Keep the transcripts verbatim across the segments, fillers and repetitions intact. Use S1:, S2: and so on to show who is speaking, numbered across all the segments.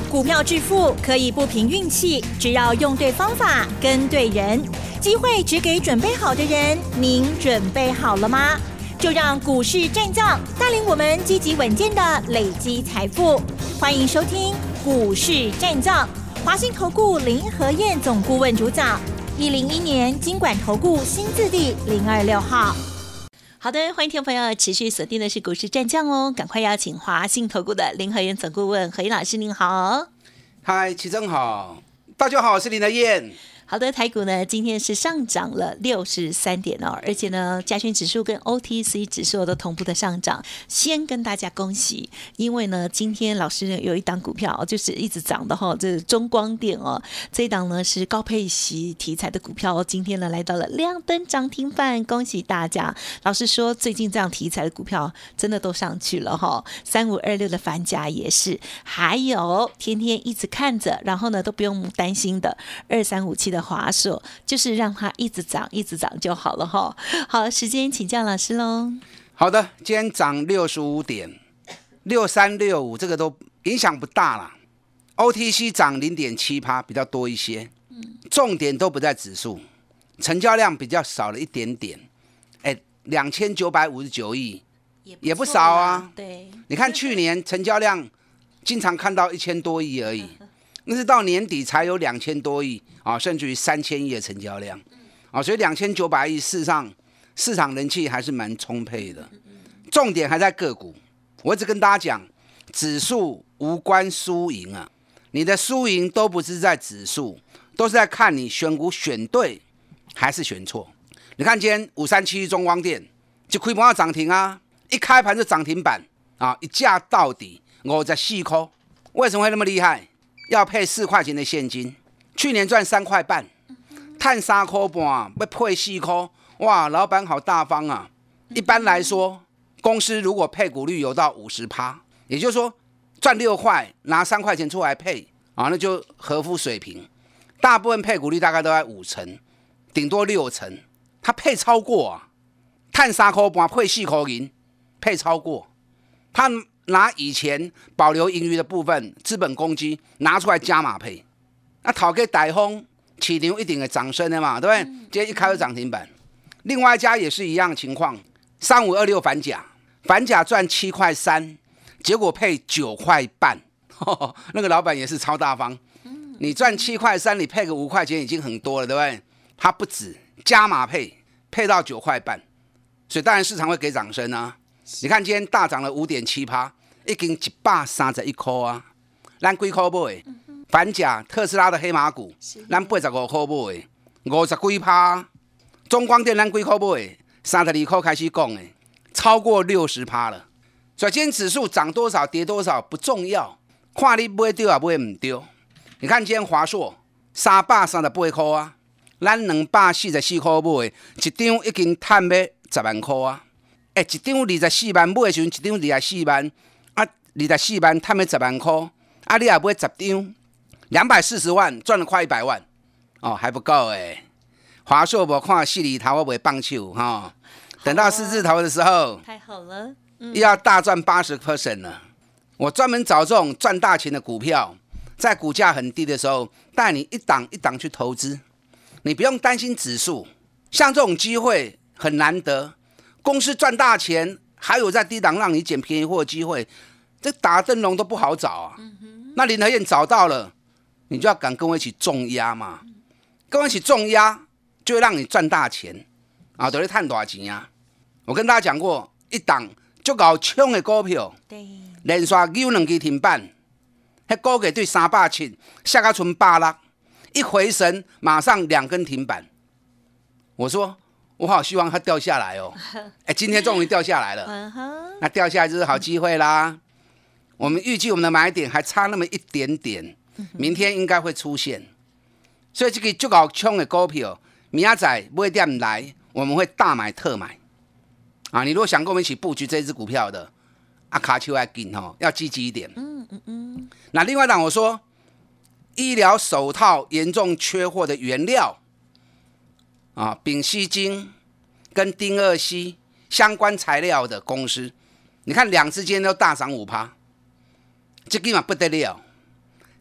S1: 股票致富可以不凭运气，只要用对方法、跟对人。机会只给准备好的人，您准备好了吗？就让股市战将带领我们积极稳健的累积财富。欢迎收听股市战将，华信投顾林和彥总顾问主讲，一零一年金管投顾新字第零二六号。好的，欢迎听众朋友持续锁定的是股市战将哦，赶快邀请华信投顾的林和彥总顾问何彥老师，您好。
S2: 嗨，齐正好，大家好，我是林和彥。
S1: 好的，台股呢今天是上涨了六十三点哦，而且呢加权指数跟 O T C 指数都同步的上涨。先跟大家恭喜，因为呢今天老师有一档股票就是一直涨的哈、哦，这是中光电哦，这一档呢是高配息题材的股票哦，今天呢来到了亮灯涨停板，恭喜大家。老师说最近这样题材的股票真的都上去了哈、哦，三五二六的反甲也是，还有天天一直看着，然后呢都不用担心的二三五七的华硕，就是让它一直涨一直涨就好了哈。好，时间请教老师喽。
S2: 好的，今天涨六十五点，六三六五这个都影响不大啦。O T C 涨 零点七 比较多一些，重点都不在指数，成交量比较少了一点点，哎，两千九百五十九亿也不少啊。
S1: 对，
S2: 你看去年成交量经常看到一千多亿而已。那是到年底才有两千多亿啊，甚至于三千亿的成交量啊，所以两千九百亿事实上市场人气还是蛮充沛的。重点还在个股，我一直跟大家讲，指数无关输赢啊，你的输赢都不是在指数，都是在看你选股选对还是选错。你看今天五三七中光电就开盘要涨停啊，一开盘就涨停板啊，一价到底五十四块，为什么会那么厉害？要配四块钱的现金，去年赚三块半，赚三块半，要配四块，哇，老板好大方啊！一般来说，公司如果配股率有到五十趴，也就是说赚六块，拿三块钱出来配啊，那就合乎水平。大部分配股率大概都在五成，顶多六成，他配超过啊，赚三块半配四块银，配超过，他。拿以前保留盈余的部分资本公积拿出来加码配，那讨给大方市场一定的掌声的嘛，对不对？今天一开就涨停板。另外一家也是一样的情况，三五二六反甲，反甲赚七块三，结果配九块半，呵呵，那个老板也是超大方。你赚七块三，你配个五块钱已经很多了，对不对？他不止加码配，配到九块半，所以当然市场会给掌声啊。你看今天大涨了 五点七 已经一百三十一块啊，咱几块买？反甲特斯拉的黑马股，咱八十五块买，五十几趴。中光电咱几块买？三十二块开始讲的，超过六十趴了。所以今天指数涨多少跌多少不重要，看你买对啊买唔对。你看今天华硕三百三十八块啊，咱两百四十四块买，一张已经赚要十万块啊。哎，一张二十四万买的时候，一张二十四万。啊，二十四万赚了十万块，啊，你也买十张，两百四十万赚了快一百万，哦，还不够哎。华硕我看四字头我不会放手哈、哦，等到四字头的时候，
S1: 太好了，嗯、
S2: 又要大赚八十 percent 了。我专门找这种赚大钱的股票，在股价很低的时候，带你一档一档去投资，你不用担心指数。像这种机会很难得，公司赚大钱。还有在低档让你捡便宜货的机会，这打灯笼都不好找啊。嗯、那林和彥找到了，你就要敢跟我一起重压嘛。嗯、跟我一起重压，就会让你赚大钱啊，就会赚大钱啊。我跟大家讲过，一档足够冲的股票，连续扭两支停板，那股价对三百七，下到剩百六，一回神马上两根停板。我说。我好希望它掉下来哦！哎，今天终于掉下来了，那掉下来就是好机会啦。我们预计我们的买点还差那么一点点，明天应该会出现。所以这个足够冲的股票，明仔载买点来，我们会大买特买啊！你如果想跟我们一起布局这支股票的，啊，卡丘要紧哦，要积极一点。嗯嗯嗯。那另外一档我说，医疗手套严重缺货的原料。啊，丙烯腈跟丁二烯相关材料的公司，你看两之间都大涨五趴，这根本不得了。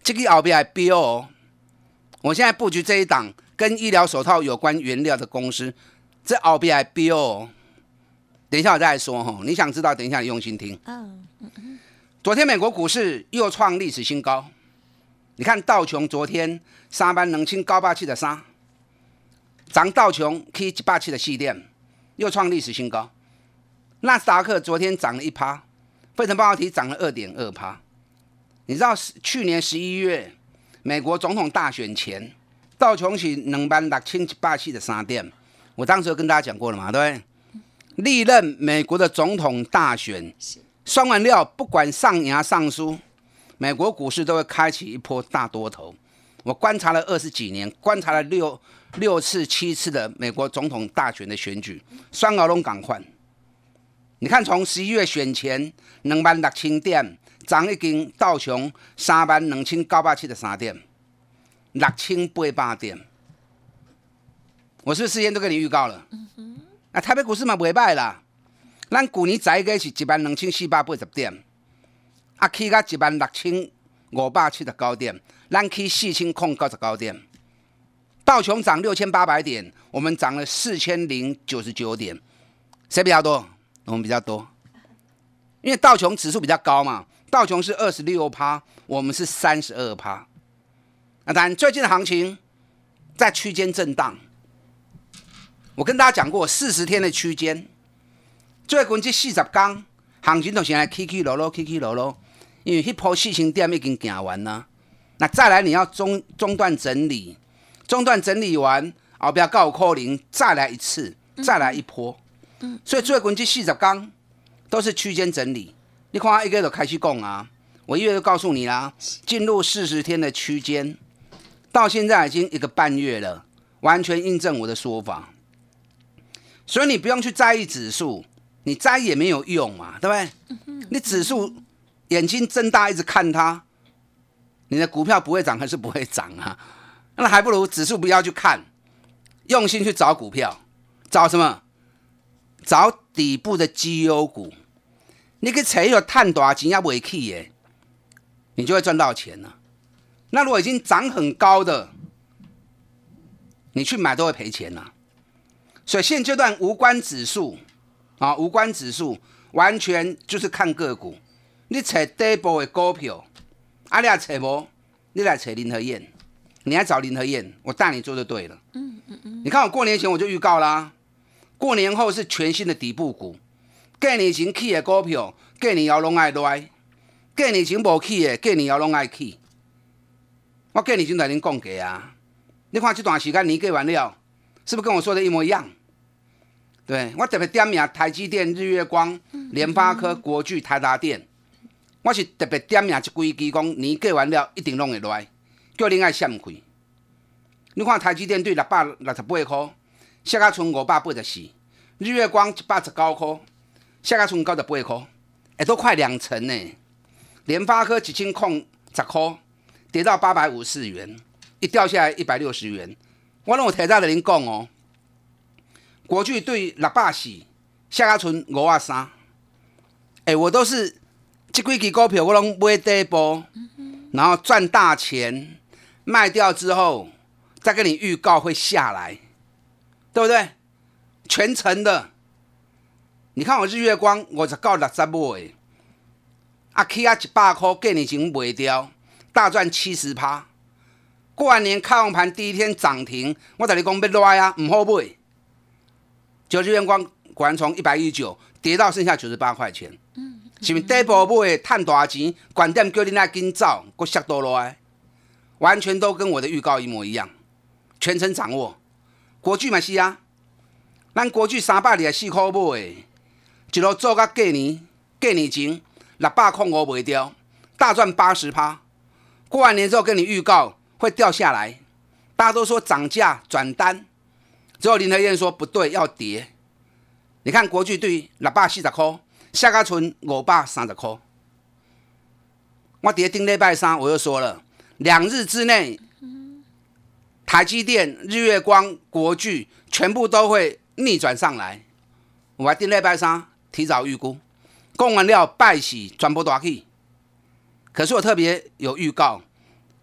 S2: 这个后面还标哦。我现在布局这一档跟医疗手套有关原料的公司，这后面还标哦。等一下我再来说哈，你想知道？等一下你用心听。嗯嗯。昨天美国股市又创历史新高，你看道琼昨天三万两千九百七十三，涨道琼去一百七十四点，又创历史新高。纳斯达克昨天涨了一趴，费城半导体涨了二点二趴。你知道去年十一月美国总统大选前，道琼是两万六千一百七十三点，我当时有跟大家讲过了嘛，对不对？历任美国的总统大选，算完料不管上赢上输，美国股市都会开启一波大多头。我观察了二十几年，观察了六六次、七次的美国总统大选的选举，双熬拢赶快。你看，从十一月选前两万六千点，涨已经道琼三万两千九百七十三点，六千八百点。我是不是事先都跟你预告了？嗯啊，台北股市嘛袂歹啦，咱去年十一月是一万两千四百八十点，啊起到一万六千五百七十九点，咱起四千空九十九点。道琼涨六千八百点，我们涨了四千零九十九点，谁比较多？我们比较多，因为道琼指数比较高嘛，道琼是二十六趴，我们是三十二趴。那当然，最近的行情在区间震荡。我跟大家讲过，四十天的区间，最近这四十天行情都是来起起落落，起起落落，因为那波四千点已经行完了。那再来你要中中段整理，中段整理完，后边到有可能再来一次，再来一波。嗯、所以最近这四十天都是区间整理。你看一个就开始讲啊，我一月就告诉你啦，进入四十天的区间，到现在已经一个半月了，完全印证我的说法。所以你不用去在意指数，你在意也没有用嘛，对不对？你指数眼睛睁大一直看它，你的股票不会涨还是不会涨啊？那还不如指数不要去看，用心去找股票，找什么？找底部的绩优股。你去找有赚大钱也不起的，你就会赚到钱了。那如果已经涨很高的，你去买都会赔钱了。所以现阶段无关指数啊，无关指数，完全就是看个股。你找底部的股票，啊，你也找无，你来找林和燕，你来找林和燕，我带你做就对了。嗯嗯嗯。你看我过年前我就预告啦，过年后是全新的底部股，过年前起的股票，过年后拢爱来；过年前无起的，过年后拢爱起。我过年前就跟恁讲过啊，你看这段时间年过完了，是不是跟我说的一模一样？对，我特别点名台积电、日月光、联发科、国巨、台达电，我是特别点名这几支讲年过完了一定拢会来，叫恁爱闪开。你看台积电对六百六十八块，下个剩五百八十四；日月光一百十九块，下个剩九十八块，哎，都快两成呢。联发科一千空十块，跌到八百五十四元，一掉下来一百六十元。我拢有提早跟恁讲哦。国巨对六百四，下个剩五百三。哎，我都是这几支股票我拢买底部，然后赚大钱，卖掉之后再跟你预告会下来，对不对？全程的。你看我日月光五十到六十买，啊起啊一百块，过年前卖掉，大赚七十趴。过完年开完盘第一天涨停，我跟你讲要来啊，唔好买。就日月光果然从一百一十九跌到剩下九十八块钱，嗯嗯、是不是底部买赚大钱？观点叫你来紧走，搁摔倒落来，完全都跟我的预告一模一样，全程掌握。国巨嘛是啊，咱国巨三百二十四块买，一路做到过年，过年前六百块五卖掉，大赚八十趴。过完年之后跟你预告会掉下来，大家都说涨价转单。之后林和燕说不对，要跌。你看国巨对六百四十块，下个剩五百三十块。我跌顶礼拜三我又说了，两日之内，台积电、日月光、国巨全部都会逆转上来。我还顶礼拜三提早预估，讲完了拜喜全部大起。可是我特别有预告，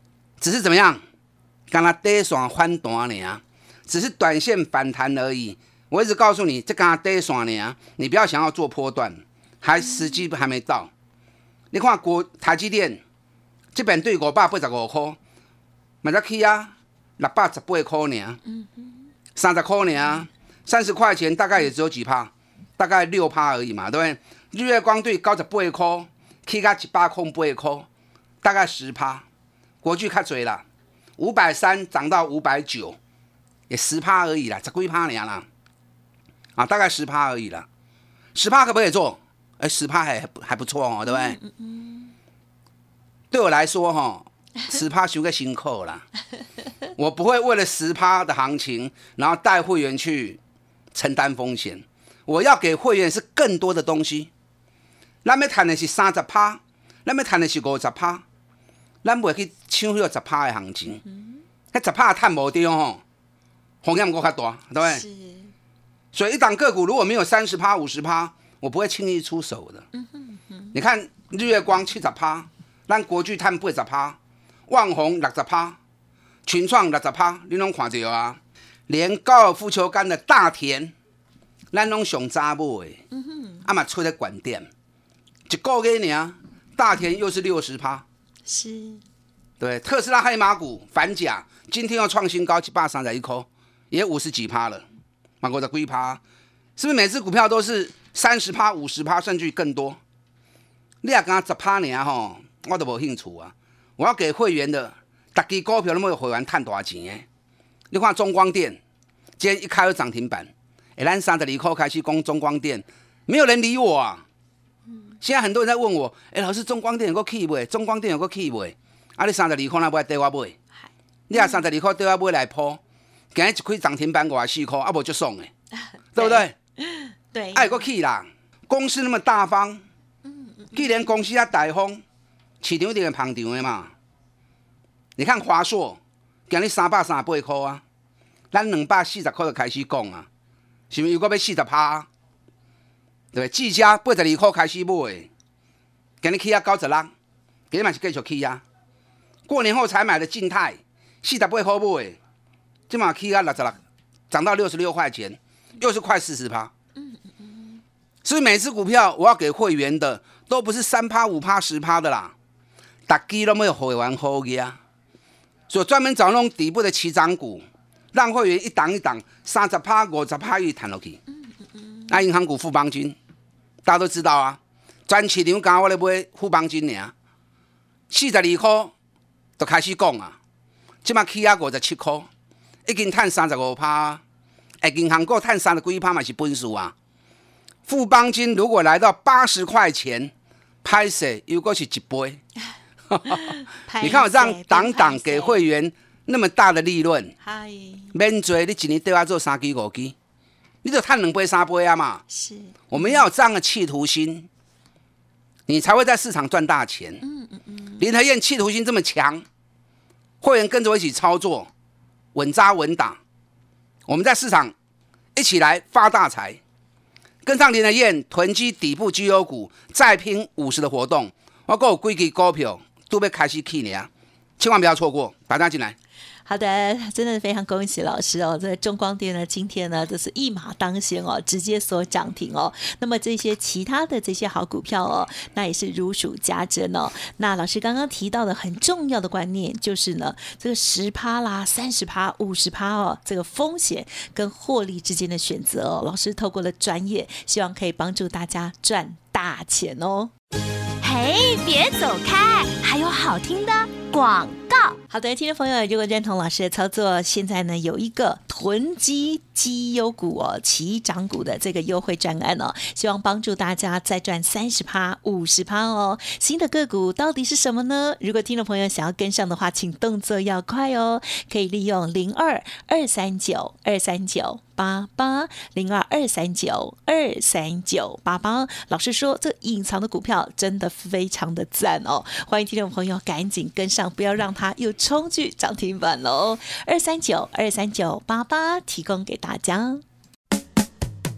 S2: 只是怎么样？刚刚短线反弹而只是短线反弹而已。我一直告诉你，这刚刚短线而你不要想要做波段，还时机还没到。你看国台积电这边对五百八十五块，买得起啊，六百十八块尔，三十块尔，三十块钱大概也只有几趴，大概六趴而已嘛，对不对？日月光对九十八块，起到一百零八块，大概十趴。国巨较侪啦，五百三涨到五百九，也十趴而已啦，十几趴尔啦，啊，大概十趴而已啦，十趴可不可以做？哎，十趴还还不错哦，对不对？嗯嗯、对我来说哈、哦，十趴修个辛苦啦，我不会为了十趴的行情，然后带会员去承担风险。我要给会员是更多的东西。咱要谈的是三十趴，咱要谈的是五十趴，咱不会去抢迄十趴的行情。迄十趴赚无掉吼，风险够较大，对不对？是。所以一档个股如果没有三十趴、五十趴，我不会轻易出手的。嗯哼哼，你看日月光七十趴，咱国巨赚八十趴，旺宏六十趴，群创六十趴，你拢看到啊？连高尔夫球杆的大田，咱拢上早买的，嗯哼，啊嘛出在管店，一个月呢，大田又是六十趴，
S1: 是，
S2: 对，特斯拉黑马股反甲，今天又创新高一百三十一块，也五十几趴了，嘛五十几趴，是不是每只股票都是？三十趴、五十趴，甚至更多。你也刚十趴呢吼，我都无兴趣啊！我要给会员的，大支股票都没有会员赚大钱的。你看中光电，今天一开就涨停板，哎，咱三十二块开始攻中光电，没有人理我啊。现在很多人在问我，哎，老师，中光电有个起未？中光电有个起未？啊，你三十二块那不带我买？你啊三十二块带我买来铺，今日一开涨停板五十四块，啊无就爽的，对不对？
S1: 对，
S2: 爱个去啦！公司那么大方，既然公司啊大方，市场一定会捧场的嘛。你看华硕，今日三百三十八块啊，咱两百四十块就开始讲啊，是不是又搁要四十趴？对，技嘉八十二块开始买，今日起啊九十六，今日嘛是继续起啊。过年后才买的静态，四十八块买，今嘛起啊六十六，涨到六十六块钱，又是快四十趴。所以每只股票我要给会员的都不是三趴、五趴、十趴的啦，大家都没有会员好嘅啊。所以专门找那种底部的起涨股，让会员一档一档三十趴、五十趴一弹落去。那银行股富邦金，大家都知道啊，全市场刚我咧买富邦金尔，四十二块就开始讲啊，即马起啊五十七块，已经赚三十五趴，哎，银行股赚三十几趴嘛是本事啊。富邦金如果来到八十块钱，拍谁又过是一倍。你看我这样档档给会员那么大的利润，免做你一年对我做三支五支，你就赚两倍三倍啊嘛。是，我们要有这样的企图心，你才会在市场赚大钱。嗯嗯嗯。林和燕企图心这么强，会员跟着我一起操作，稳扎稳打，我们在市场一起来发大财。跟上林和燕囤积底部绩优股，再拼五十的活动，我还有几支股票都要开始起呢，千万不要错过，大家进来。
S1: 好的，真的非常恭喜老师哦！这中光电呢，今天呢就是一马当先哦，直接锁涨停哦。那么这些其他的这些好股票哦，那也是如数家珍哦。那老师刚刚提到的很重要的观念就是呢，这个十趴啦、三十趴、五十趴哦，这个风险跟获利之间的选择哦，老师透过了专业，希望可以帮助大家赚大钱哦。
S3: 嘿，别走开，还有好听的广告。
S1: 好的，听众朋友，如果认同老师的操作，现在呢有一个囤积绩优股哦、起涨股的这个优惠专案哦，希望帮助大家再赚三十趴、五十趴哦。新的个股到底是什么呢？如果听众朋友想要跟上的话，请动作要快哦，可以利用零二二三九二三九八八零二二三九二三九八八。老师说，这隐藏的股票真的非常的赞哦，欢迎听众朋友赶紧跟上，不要让它又冲去涨停板喽！二三九二三九八八提供给大家。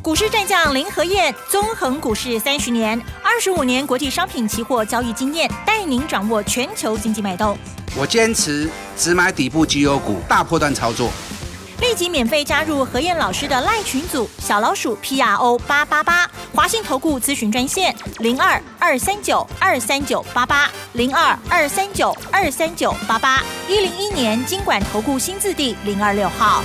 S4: 股市战将林和燕，纵横股市三十年，二十五年国际商品期货交易经验，带您掌握全球经济脉动。
S2: 我坚持只买底部绩优股，大波段操作。
S4: 立即免费加入和燕老师的赖群组，小老鼠 P R O 八八八，华信投顾咨询专线零二二三九二三九八八零二二三九二三九八八，一零一年金管投顾新字第零二六号。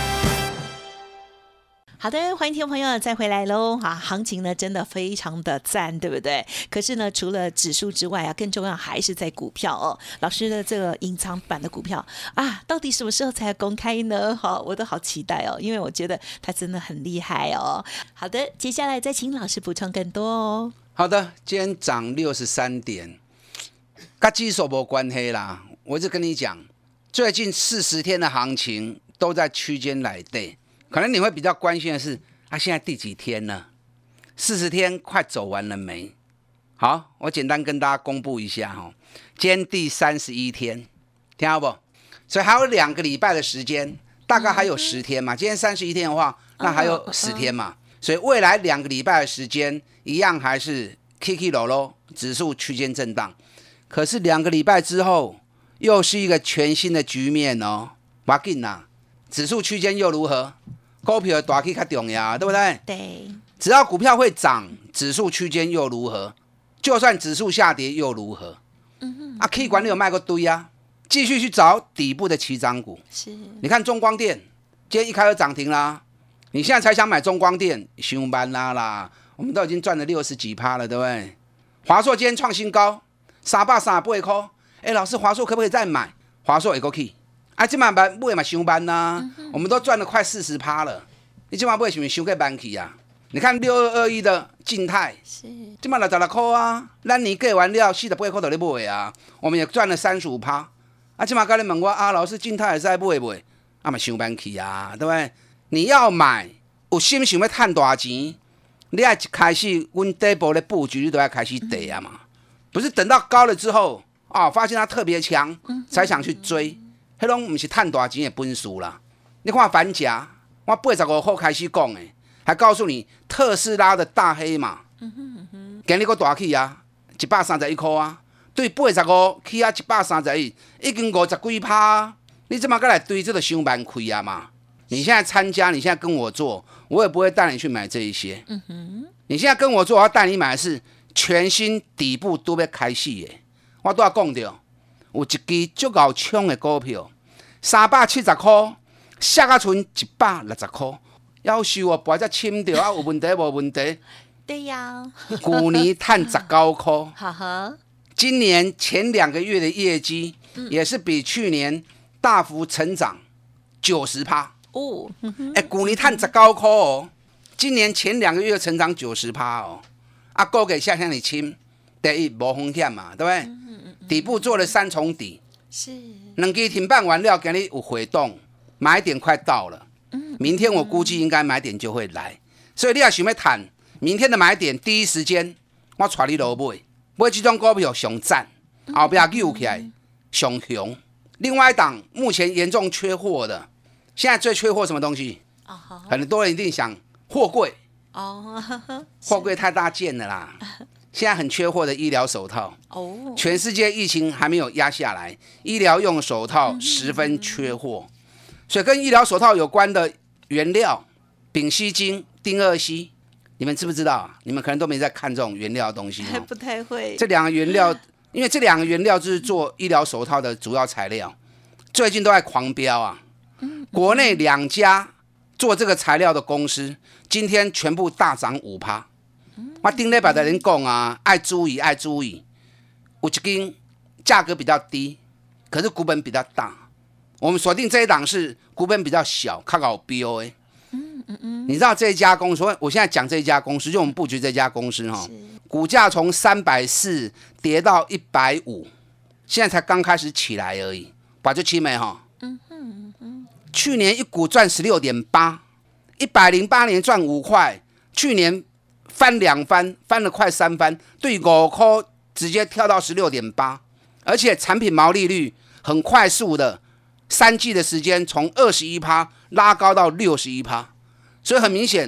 S1: 好的，欢迎听众朋友再回来喽！啊，行情呢真的非常的赞，对不对？可是呢，除了指数之外啊，更重要还是在股票哦。老师的这个隐藏版的股票啊，到底什么时候才公开呢？好，我都好期待哦，因为我觉得它真的很厉害哦。好的，接下来再请老师补充更多哦。
S2: 好的，今天涨六十三点，跟指数没关系啦。我就跟你讲，最近四十天的行情都在区间内底。可能你会比较关心的是，啊，现在第几天呢？四十天快走完了没？好，我简单跟大家公布一下哈，今天第三十一天，听到不？所以还有两个礼拜的时间，大概还有十天嘛。今天三十一天的话，那还有十天嘛。所以未来两个礼拜的时间，一样还是起起落落，指数区间震荡。可是两个礼拜之后，又是一个全新的局面哦。不要紧啦，指数区间又如何？股票的大起较重要，对不对？
S1: 对，
S2: 只要股票会涨，指数区间又如何？就算指数下跌又如何？嗯哼，啊 ，K 管理有卖过堆啊，继续去找底部的起涨股。
S1: 是，
S2: 你看中光电，今天一开始涨停啦，你现在才想买中光电，伤慢啦啦，我们都已经赚了六十几趴了，对不对？华硕今天创新高，三百三十八块。哎，老师，华硕可不可以再买？华硕会过去。啊，这晚买买嘛伤慢呐，我们都赚了快四十趴了。你这晚买是不是伤过慢去啊？你看六二二一的静态，
S1: 是，
S2: 这晚六十六块啊，咱年过完了四十八块就咧买啊，我们也赚了三十五趴。啊，这晚跟你问我啊，老师静态会使买不？啊嘛伤慢去啊，对不对？你要买，有心想要赚大钱，你要一开始阮底部的布局，你都要开始底啊嘛，不是等到高了之后啊、哦，发现它特别强，才想去追。迄拢不是赚大钱的本事啦！你看反甲，我八十五块开始讲的，还告诉你特斯拉的大黑马，今日个大起啊，一百三十一块啊，对八十五起啊一百三十一，已经五十几趴啊！你怎么过来对这个伤慢亏啊嘛？你现在参加，你现在跟我做，我也不会带你去买这一些。你现在跟我做，我要带你买的是全新底部都要开始的。我都要讲到，有一支足够冲的股票。三百七十块，下啊剩一百六十块，夭寿哦，博只深着啊，有问题无问题？
S1: 对呀。
S2: 去年赚十九块，
S1: 哈哈。
S2: 今年前两个月的业绩也是比去年大幅成长九十趴哦。哎，去年赚十九块哦，今年前两个月成长九十趴哦。啊，股价下向你轻，第一无风险嘛，对不对？底部做了三重底。
S1: 是，
S2: 两支停办完了，今日有回动，买点快到了。明天我估计应该买点就会来，所以你要想要谈明天的买点，第一时间我带你落买，买这种股票上赞，后边扭起来上雄。另外一档目前严重缺货的，现在最缺货什么东西？很多人一定想货柜哦，货柜太大件了啦。现在很缺货的医疗手套哦，全世界疫情还没有压下来，医疗用手套十分缺货，所以跟医疗手套有关的原料，丙烯腈、丁二烯，你们知不知道？你们可能都没在看这种原料的东西，
S1: 还不太会。
S2: 这两个原料，因为这两个原料就是做医疗手套的主要材料，最近都在狂飙啊！国内两家做这个材料的公司，今天全部大涨五趴。我顶礼拜的人讲啊，爱注意，爱注意，有一间价格比较低，可是股本比较大。我们锁定这一档是股本比较小，较好标的。嗯嗯嗯，你知道这一家公司，我现在讲这一家公司，就我们布局这家公司哈，股价从三百四跌到一百五，现在才刚开始起来而已，把这七枚哈。嗯哼嗯，去年一股赚十六点八，一百零八年赚五块，去年。翻两番，翻了快三番，对五块直接跳到十六点八，而且产品毛利率很快速的，三季的时间从二十一趴拉高到六十一趴，所以很明显，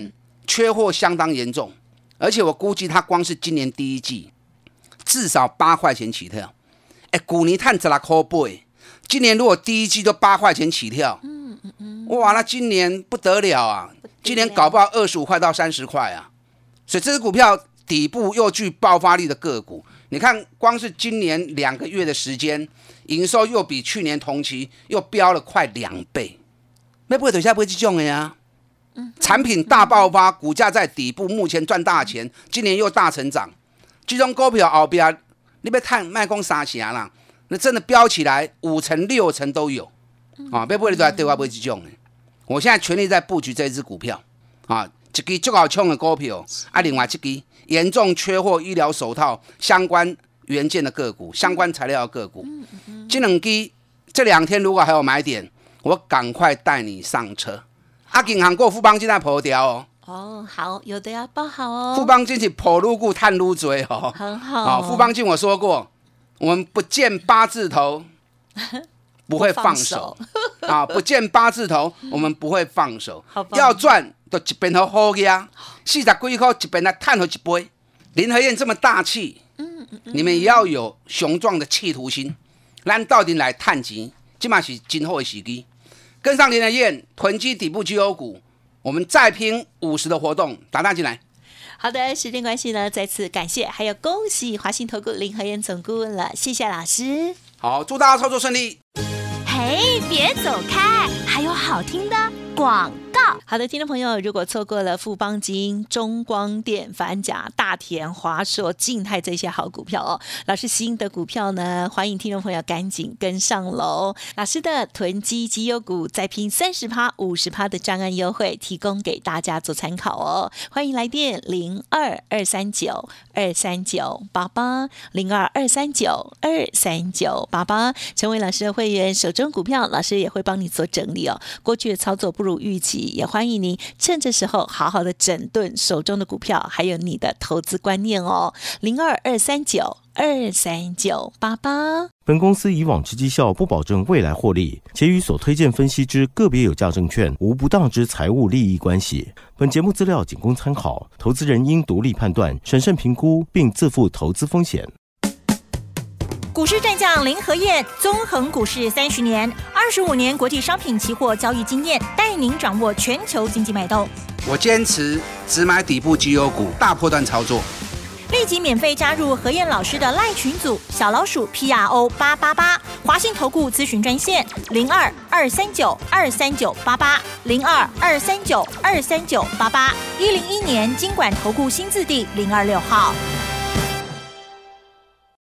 S2: 缺货相当严重，而且我估计它光是今年第一季至少八块钱起跳。哎，去年赚十六块八，今年如果第一季就八块钱起跳，嗯嗯嗯，哇，那今年不得了啊！今年搞不好二十五块到三十块啊！所以这支股票底部又具爆发力的个股，你看光是今年两个月的时间，营收又比去年同期又飙了快两倍。要不会等下不会这种的呀？产品大爆发，股价在底部，目前赚大钱，今年又大成长。这种股票后边，你别看卖空三成啦，那真的飙起来五成六成都有啊！要不会你都来对我买这种的。我现在全力在布局这支股票啊，一支最好冲的股票啊，另外一支严重缺货医疗手套相关元件的个股，相关材料的个股。这两支这两天如果还有买点，我赶快带你上车。啊，银行股富邦金在破掉哦。
S1: 哦，好，有的要报好哦。
S2: 富邦金是破愈久探愈多哦，
S1: 很好。
S2: 哦，富邦金我说过，我们不见八字头不会放手啊，不见八字头我们不会放手。要赚就一边好好呀，四十几块一边来探回一杯。林和燕这么大气，嗯嗯、你们也要有雄壮的企图心。咱到底来探钱，这嘛是今后的时机。跟上林和燕囤积底部绩优股，我们再拼五十的活动，打单进来。
S1: 好的，时间关系呢，再次感谢，还有恭喜华信投顾林和燕总顾问了，谢谢老师。
S2: 好，祝大家操作顺利。
S3: 嘿，别走开，还有好听的广告。
S1: 好的，听众朋友，如果错过了富邦金、中光电、反甲、大田、华硕、晋泰这些好股票哦，老师新的股票呢，欢迎听众朋友赶紧跟上喽。老师的囤积绩优股再拼 百分之三十、百分之五十 的专案优惠，提供给大家做参考哦。欢迎来电零二二三九二三九八八零二二三九二三九八八，成为老师的会员，手中股票老师也会帮你做整理哦。过去的操作不如预期，也欢迎您趁这时候好好的整顿手中的股票，还有你的投资观念哦。零二二三九二三九八八。
S5: 本公司以往之绩效不保证未来获利，且与所推荐分析之个别有价证券无不当之财务利益关系。本节目资料仅供参考，投资人应独立判断、审慎评估，并自负投资风险。
S4: 股市战将林和燕，纵横股市三十年，二十五年国际商品期货交易经验，带您掌握全球经济脉动。
S2: 我坚持只买底部绩优股，大波段操作。
S4: 立即免费加入和燕老师的赖群组，小老鼠 P R O 八八八，华信投顾咨询专线零二二三九二三九八八零二二三九二三九八八，一零一年金管投顾新字第零二六号。